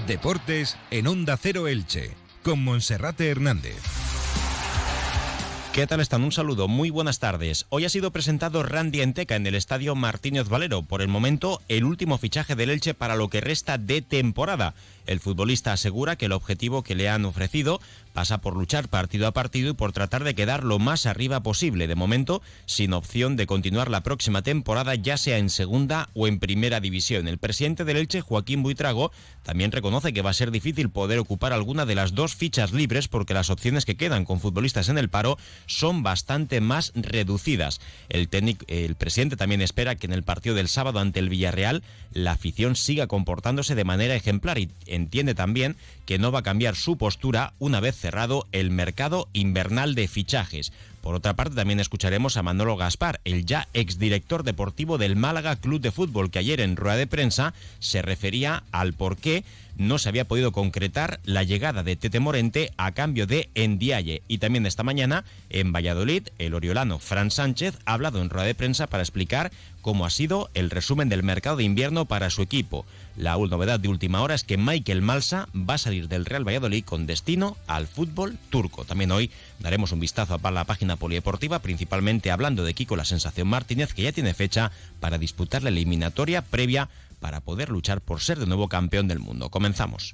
Deportes en Onda Cero Elche, con Monserrate Hernández. ¿Qué tal están? Un saludo, muy buenas tardes. Hoy ha sido presentado Randy Enteca en el Estadio Martínez Valero. Por el momento, el último fichaje del Elche para lo que resta de temporada. El futbolista asegura que el objetivo que le han ofrecido pasa por luchar partido a partido y por tratar de quedar lo más arriba posible. De momento, sin opción de continuar la próxima temporada, ya sea en segunda o en primera división. El presidente del Elche, Joaquín Buitrago, también reconoce que va a ser difícil poder ocupar alguna de las dos fichas libres porque las opciones que quedan con futbolistas en el paro son bastante más reducidas. El presidente también espera que en el partido del sábado ante el Villarreal la afición siga comportándose de manera ejemplar y entiende también que no va a cambiar su postura una vez cerrado el mercado invernal de fichajes. Por otra parte, también escucharemos a Manolo Gaspar, el ya exdirector deportivo del Málaga Club de Fútbol, que ayer en rueda de prensa se refería al por qué no se había podido concretar la llegada de Tete Morente a cambio de Ndiaye. Y también esta mañana, en Valladolid, el oriolano Fran Sánchez ha hablado en rueda de prensa para explicar cómo ha sido el resumen del mercado de invierno para su equipo. La novedad de última hora es que Mikel Malsa va a salir del Real Valladolid con destino al fútbol turco. También hoy daremos un vistazo a la página polideportiva, principalmente hablando de Kiko La Sensación Martínez, que ya tiene fecha para disputar la eliminatoria previa para poder luchar por ser de nuevo campeón del mundo. Comenzamos.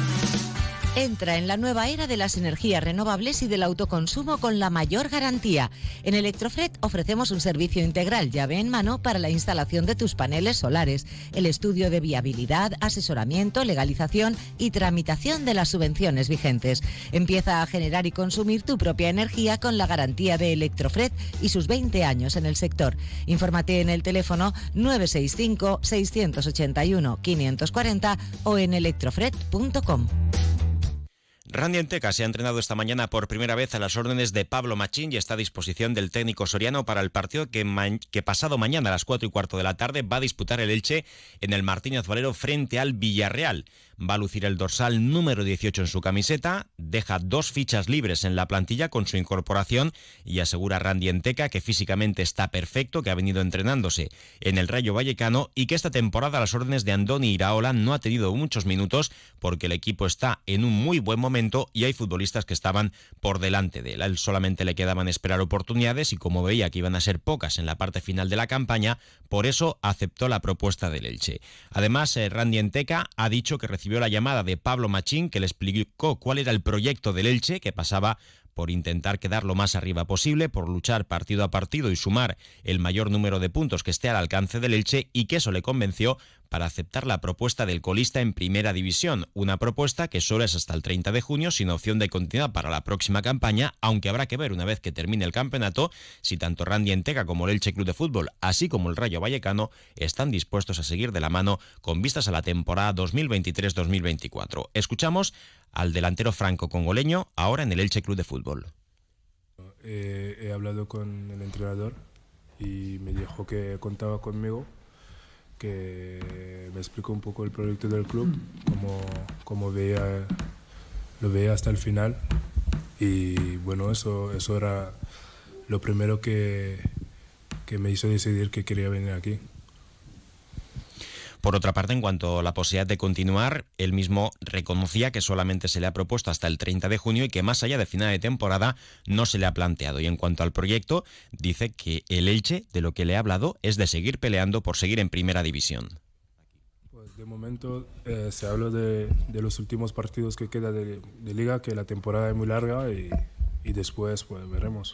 Entra en la nueva era de las energías renovables y del autoconsumo con la mayor garantía. En Electrofred ofrecemos un servicio integral llave en mano para la instalación de tus paneles solares, el estudio de viabilidad, asesoramiento, legalización y tramitación de las subvenciones vigentes. Empieza a generar y consumir tu propia energía con la garantía de Electrofred y sus 20 años en el sector. Infórmate en el teléfono 965 681 540 o en electrofred.com. Randy Enteca se ha entrenado esta mañana por primera vez a las órdenes de Pablo Machín y está a disposición del técnico soriano para el partido que pasado mañana a las 4:15 de la tarde va a disputar el Elche en el Martínez Valero frente al Villarreal. Va a lucir el dorsal número 18 en su camiseta, deja dos fichas libres en la plantilla con su incorporación y asegura Randy Enteca que físicamente está perfecto, que ha venido entrenándose en el Rayo Vallecano y que esta temporada a las órdenes de Andoni Iraola no ha tenido muchos minutos porque el equipo está en un muy buen momento y hay futbolistas que estaban por delante de él. A él solamente le quedaban esperar oportunidades y como veía que iban a ser pocas en la parte final de la campaña, por eso aceptó la propuesta del Elche. Además, Randy Enteca ha dicho que recibió la llamada de Pablo Machín, que le explicó cuál era el proyecto del Elche, que pasaba por intentar quedar lo más arriba posible, por luchar partido a partido y sumar el mayor número de puntos que esté al alcance del Elche, y que eso le convenció para aceptar la propuesta del colista en primera división, una propuesta que solo es hasta el 30 de junio sin opción de continuidad para la próxima campaña, aunque habrá que ver una vez que termine el campeonato si tanto Randy Enteca como el Elche Club de Fútbol, así como el Rayo Vallecano, están dispuestos a seguir de la mano con vistas a la temporada 2023-2024. Escuchamos al delantero franco-congoleño ahora en el Elche Club de Fútbol. He hablado con el entrenador y me dijo que contaba conmigo, que me explicó un poco el proyecto del club, cómo lo veía hasta el final, y bueno, eso era lo primero que me hizo decidir que quería venir aquí. Por otra parte, en cuanto a la posibilidad de continuar, él mismo reconocía que solamente se le ha propuesto hasta el 30 de junio y que más allá de final de temporada no se le ha planteado. Y en cuanto al proyecto, dice que el Elche, de lo que le ha hablado, es de seguir peleando por seguir en primera división. Pues de momento se habla de los últimos partidos que queda de Liga, que la temporada es muy larga y después pues veremos.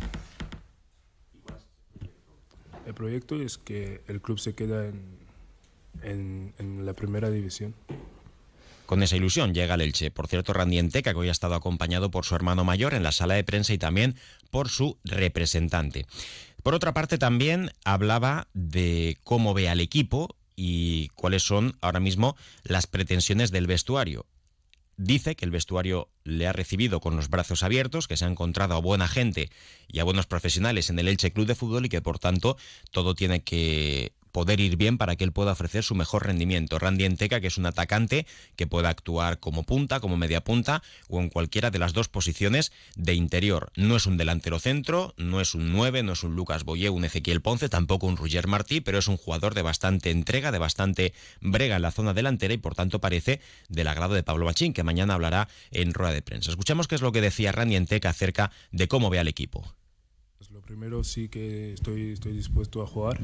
El proyecto es que el club se queda en la primera división. Con esa ilusión llega el Elche. Por cierto, Randy Enteca, que hoy ha estado acompañado por su hermano mayor en la sala de prensa y también por su representante. Por otra parte, también hablaba de cómo ve al equipo y cuáles son ahora mismo las pretensiones del vestuario. Dice que el vestuario le ha recibido con los brazos abiertos, que se ha encontrado a buena gente y a buenos profesionales en el Elche Club de Fútbol y que por tanto todo tiene que poder ir bien para que él pueda ofrecer su mejor rendimiento. Randy Enteca, que es un atacante que puede actuar como punta, como media punta o en cualquiera de las dos posiciones de interior. No es un delantero centro, no es un 9, no es un Lucas Boyé, un Ezequiel Ponce, tampoco un Roger Martí, pero es un jugador de bastante entrega, de bastante brega en la zona delantera y por tanto parece del agrado de Pablo Machín, que mañana hablará en rueda de prensa. Escuchamos qué es lo que decía Randy Enteca acerca de cómo ve al equipo. Pues lo primero, sí que estoy dispuesto a jugar.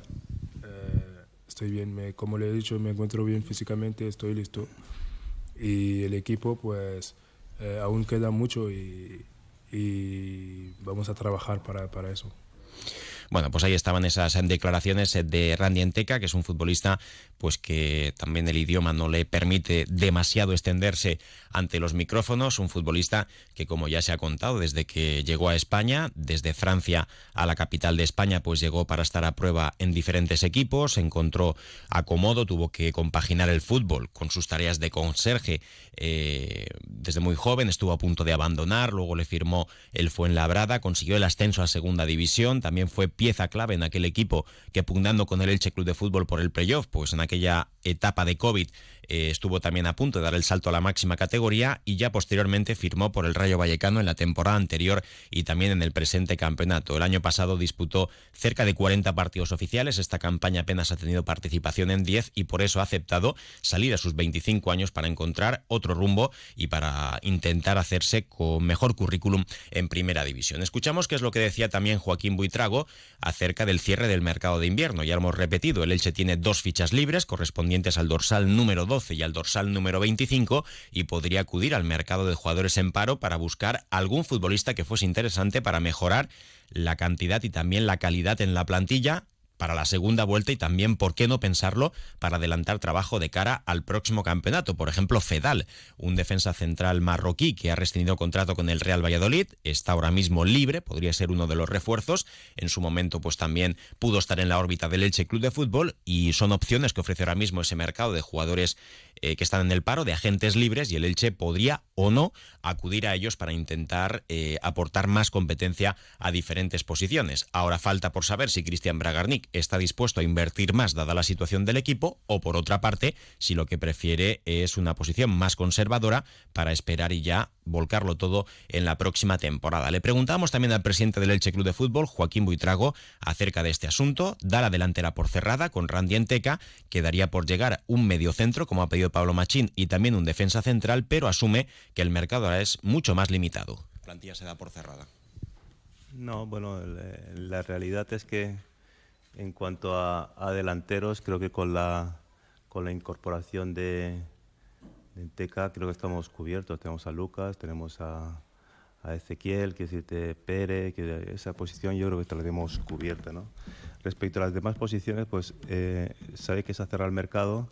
Estoy bien, como le he dicho, me encuentro bien físicamente, estoy listo. Y el equipo, pues, aún queda mucho y vamos a trabajar para eso. Bueno, pues ahí estaban esas declaraciones de Randy Enteca, que es un futbolista pues que también el idioma no le permite demasiado extenderse ante los micrófonos, un futbolista que, como ya se ha contado, desde que llegó a España, desde Francia a la capital de España, pues llegó para estar a prueba en diferentes equipos, se encontró acomodo, tuvo que compaginar el fútbol con sus tareas de conserje desde muy joven, estuvo a punto de abandonar, luego le firmó el Fuenlabrada, consiguió el ascenso a segunda división, también fue pieza clave en aquel equipo que, pugnando con el Elche Club de Fútbol por el playoff, pues en aquella etapa de COVID estuvo también a punto de dar el salto a la máxima categoría y ya posteriormente firmó por el Rayo Vallecano en la temporada anterior y también en el presente campeonato. El año pasado disputó cerca de 40 partidos oficiales, esta campaña apenas ha tenido participación en 10 y por eso ha aceptado salir a sus 25 años para encontrar otro rumbo y para intentar hacerse con mejor currículum en primera división. Escuchamos qué es lo que decía también Joaquín Buitrago acerca del cierre del mercado de invierno. Ya lo hemos repetido, el Elche tiene 2 fichas libres correspondientes al dorsal número 12 y al dorsal número 25 y podría acudir al mercado de jugadores en paro para buscar algún futbolista que fuese interesante para mejorar la cantidad y también la calidad en la plantilla para la segunda vuelta y también, ¿por qué no pensarlo?, para adelantar trabajo de cara al próximo campeonato. Por ejemplo, Fedal, un defensa central marroquí que ha rescindido contrato con el Real Valladolid, está ahora mismo libre, podría ser uno de los refuerzos. En su momento, pues también pudo estar en la órbita del Elche Club de Fútbol y son opciones que ofrece ahora mismo ese mercado de jugadores que están en el paro, de agentes libres, y el Elche podría o no acudir a ellos para intentar aportar más competencia a diferentes posiciones. Ahora falta por saber si Cristian Bragarnik está dispuesto a invertir más dada la situación del equipo o, por otra parte, si lo que prefiere es una posición más conservadora para esperar y ya volcarlo todo en la próxima temporada. Le preguntamos también al presidente del Elche Club de Fútbol, Joaquín Buitrago, acerca de este asunto. Da la delantera por cerrada con Randy Enteca, quedaría por llegar un mediocentro, como ha pedido Pablo Machín, y también un defensa central, pero asume que el mercado ahora es mucho más limitado. La plantilla se da por cerrada. No, bueno, la realidad es que en cuanto a delanteros, creo que con la incorporación de Enteca creo que estamos cubiertos. Tenemos a Lucas, tenemos a Ezequiel, que decirte Pérez, que esa posición yo creo que la tenemos cubierta, ¿no? Respecto a las demás posiciones, pues sabe que se ha cerrado el mercado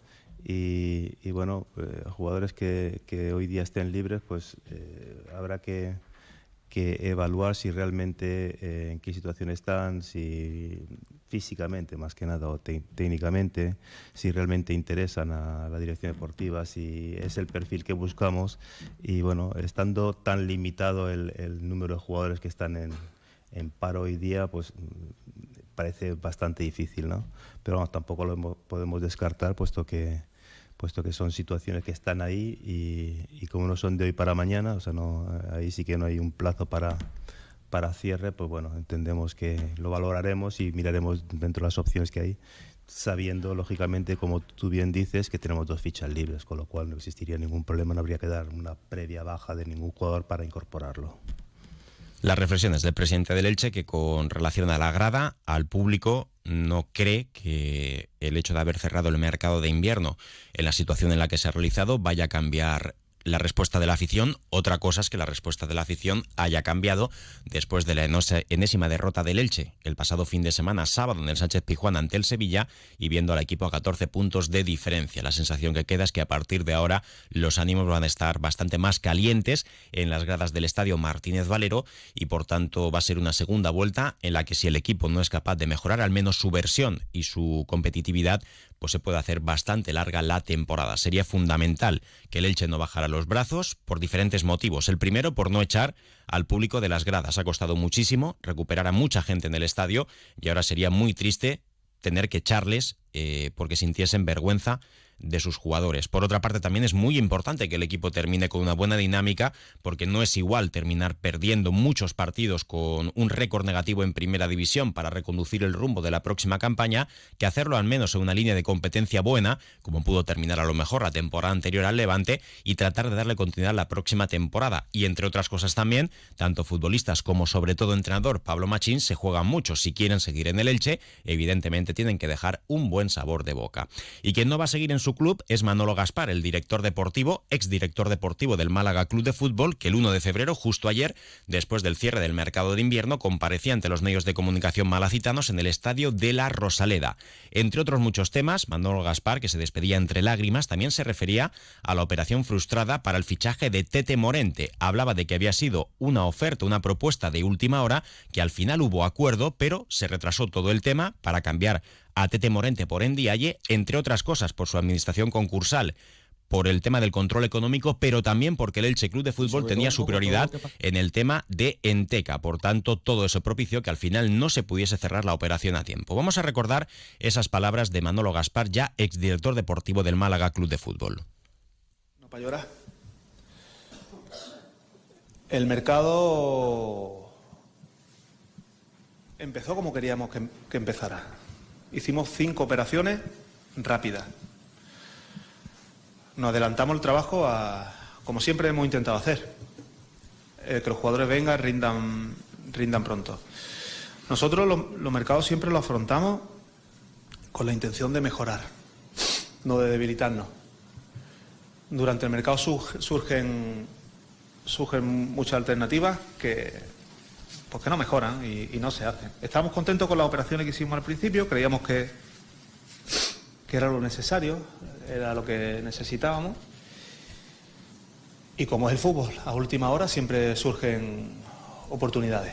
y bueno, jugadores que hoy día estén libres, pues habrá que evaluar si realmente en qué situación están, si físicamente más que nada o técnicamente, si realmente interesan a la dirección deportiva, si es el perfil que buscamos. Y bueno, estando tan limitado el número de jugadores que están en paro hoy día, pues parece bastante difícil, ¿no? Pero bueno, tampoco lo podemos descartar, puesto que son situaciones que están ahí y como no son de hoy para mañana, o sea, no, ahí sí que no hay un plazo para cierre, pues bueno, entendemos que lo valoraremos y miraremos dentro de las opciones que hay, sabiendo, lógicamente, como tú bien dices, que tenemos 2 fichas libres, con lo cual no existiría ningún problema, no habría que dar una previa baja de ningún jugador para incorporarlo. Las reflexiones del presidente del Elche, que con relación a la grada, al público, no cree que el hecho de haber cerrado el mercado de invierno en la situación en la que se ha realizado vaya a cambiar la respuesta de la afición. Otra cosa es que la respuesta de la afición haya cambiado después de la enésima derrota del Elche el pasado fin de semana, sábado, en el Sánchez-Pizjuán ante el Sevilla, y viendo al equipo a 14 puntos de diferencia. La sensación que queda es que a partir de ahora los ánimos van a estar bastante más calientes en las gradas del estadio Martínez Valero y por tanto va a ser una segunda vuelta en la que, si el equipo no es capaz de mejorar al menos su versión y su competitividad, pues se puede hacer bastante larga la temporada. Sería fundamental que el Elche no bajara los brazos por diferentes motivos. El primero, por no echar al público de las gradas. Ha costado muchísimo recuperar a mucha gente en el estadio y ahora sería muy triste tener que echarles porque sintiesen vergüenza de sus jugadores. Por otra parte, también es muy importante que el equipo termine con una buena dinámica, porque no es igual terminar perdiendo muchos partidos con un récord negativo en primera división para reconducir el rumbo de la próxima campaña, que hacerlo al menos en una línea de competencia buena, como pudo terminar a lo mejor la temporada anterior al Levante, y tratar de darle continuidad la próxima temporada. Y entre otras cosas también, tanto futbolistas como sobre todo entrenador Pablo Machín se juegan mucho. Si quieren seguir en el Elche, evidentemente tienen que dejar un buen sabor de boca. Y quien no va a seguir en su club es Manolo Gaspar, el director deportivo, exdirector deportivo del Málaga Club de Fútbol, que el 1 de febrero, justo ayer, después del cierre del mercado de invierno, comparecía ante los medios de comunicación malacitanos en el estadio de la Rosaleda. Entre otros muchos temas, Manolo Gaspar, que se despedía entre lágrimas, también se refería a la operación frustrada para el fichaje de Tete Morente. Hablaba de que había sido una oferta, una propuesta de última hora, que al final hubo acuerdo, pero se retrasó todo el tema para cambiar a Tete Morente por Ndiaye, entre otras cosas por su administración concursal, por el tema del control económico, pero también porque el Elche Club de Fútbol tenía su prioridad en el tema de Enteca. Por tanto, todo eso propició que al final no se pudiese cerrar la operación a tiempo. Vamos a recordar esas palabras de Manolo Gaspar, ya exdirector deportivo del Málaga Club de Fútbol. No para llorar. El mercado empezó como queríamos que empezara. Hicimos 5 operaciones rápidas. Nos adelantamos el trabajo como siempre hemos intentado hacer. Que los jugadores vengan, rindan pronto. Nosotros los mercados siempre los afrontamos con la intención de mejorar, no de debilitarnos. Durante el mercado surgen muchas alternativas que no mejoran y no se hacen. Estamos contentos con las operaciones que hicimos al principio, creíamos que era lo necesario, era lo que necesitábamos. Y como es el fútbol, a última hora siempre surgen oportunidades.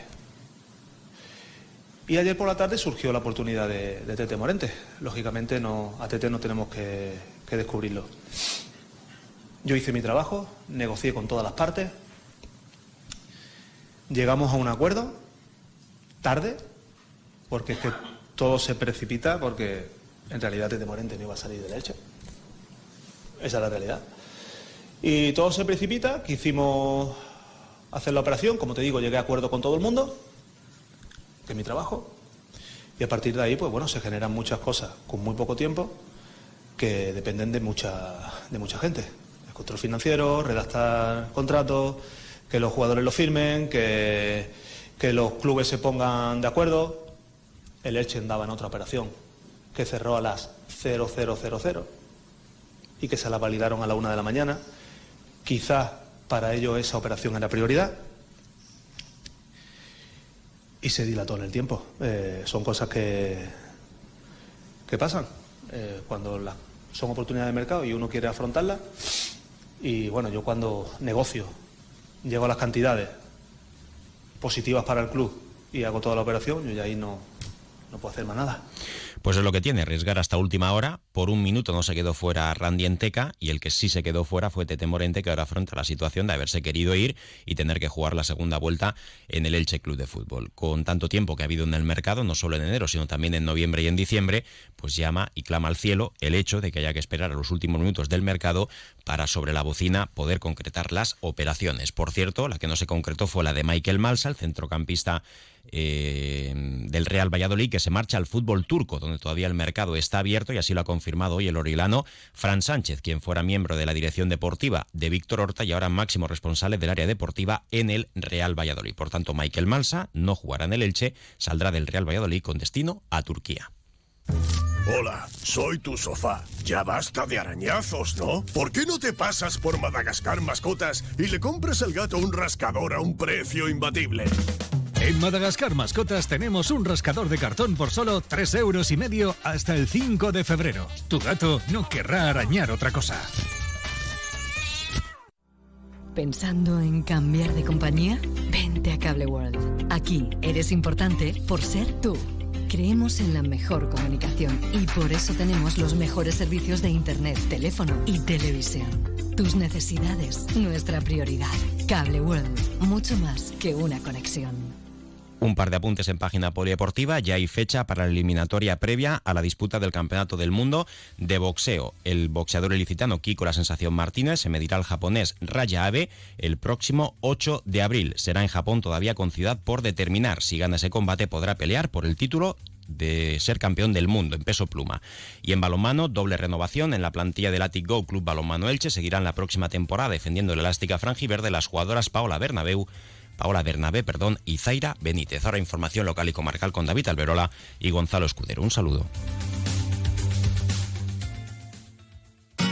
Y ayer por la tarde surgió la oportunidad de Tete Morente. Lógicamente a Tete no tenemos que descubrirlo. Yo hice mi trabajo, negocié con todas las partes. Llegamos a un acuerdo, tarde, porque es que todo se precipita, porque en realidad Tete Morente no iba a salir del Elche. Esa es la realidad. Y todo se precipita, quisimos hacer la operación, como te digo, llegué a acuerdo con todo el mundo, que es mi trabajo, y a partir de ahí, pues bueno, se generan muchas cosas con muy poco tiempo que dependen de mucha gente. El control financiero, redactar contratos, que los jugadores lo firmen, que los clubes se pongan de acuerdo. El Elche andaba en otra operación que cerró a las 00:00 y que se la validaron a la 1 de la mañana. Quizás para ellos esa operación era prioridad y se dilató en el tiempo. Son cosas que pasan cuando son oportunidades de mercado y uno quiere afrontarlas. Y bueno, yo cuando negocio, llego a las cantidades positivas para el club y hago toda la operación, yo ya ahí no puedo hacer más nada. Pues es lo que tiene, arriesgar hasta última hora. Por un minuto no se quedó fuera Randy Enteca, y el que sí se quedó fuera fue Tete Morente, que ahora afronta la situación de haberse querido ir y tener que jugar la segunda vuelta en el Elche Club de Fútbol. Con tanto tiempo que ha habido en el mercado, no solo en enero, sino también en noviembre y en diciembre, pues llama y clama al cielo el hecho de que haya que esperar a los últimos minutos del mercado para sobre la bocina poder concretar las operaciones. Por cierto, la que no se concretó fue la de Mikel Malsa, el centrocampista del Real Valladolid, que se marcha al fútbol turco, donde todavía el mercado está abierto, y así lo ha confirmado hoy el orilano Fran Sánchez, quien fuera miembro de la dirección deportiva de Víctor Horta y ahora máximo responsable del área deportiva en el Real Valladolid. Por tanto, Mikel Malsa no jugará en el Elche, saldrá del Real Valladolid con destino a Turquía. Hola, soy tu sofá. Ya basta de arañazos, ¿no? ¿Por qué no te pasas por Madagascar Mascotas y le compras al gato un rascador a un precio imbatible? En Madagascar Mascotas tenemos un rascador de cartón por solo 3,5 € hasta el 5 de febrero. Tu gato no querrá arañar otra cosa. ¿Pensando en cambiar de compañía? Vente a Cable World. Aquí eres importante por ser tú. Creemos en la mejor comunicación y por eso tenemos los mejores servicios de internet, teléfono y televisión. Tus necesidades, nuestra prioridad. Cable World, mucho más que una conexión. Un par de apuntes en página polideportiva. Ya hay fecha para la eliminatoria previa a la disputa del Campeonato del Mundo de boxeo. El boxeador ilicitano Kiko La Sensación Martínez se medirá al japonés Raya Abe el próximo 8 de abril. Será en Japón, todavía con ciudad por determinar. Si gana ese combate podrá pelear por el título de ser campeón del mundo en peso pluma. Y en balonmano, doble renovación en la plantilla del Athletic Go Club Balonmano Elche. Seguirán la próxima temporada defendiendo la elástica franjiverde las jugadoras Paola Bernabé y Zaira Benítez. Ahora información local y comarcal con David Alberola y Gonzalo Escudero. Un saludo.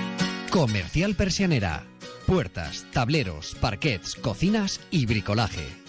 Comercial Persianera. Puertas, tableros, parquets, cocinas y bricolaje.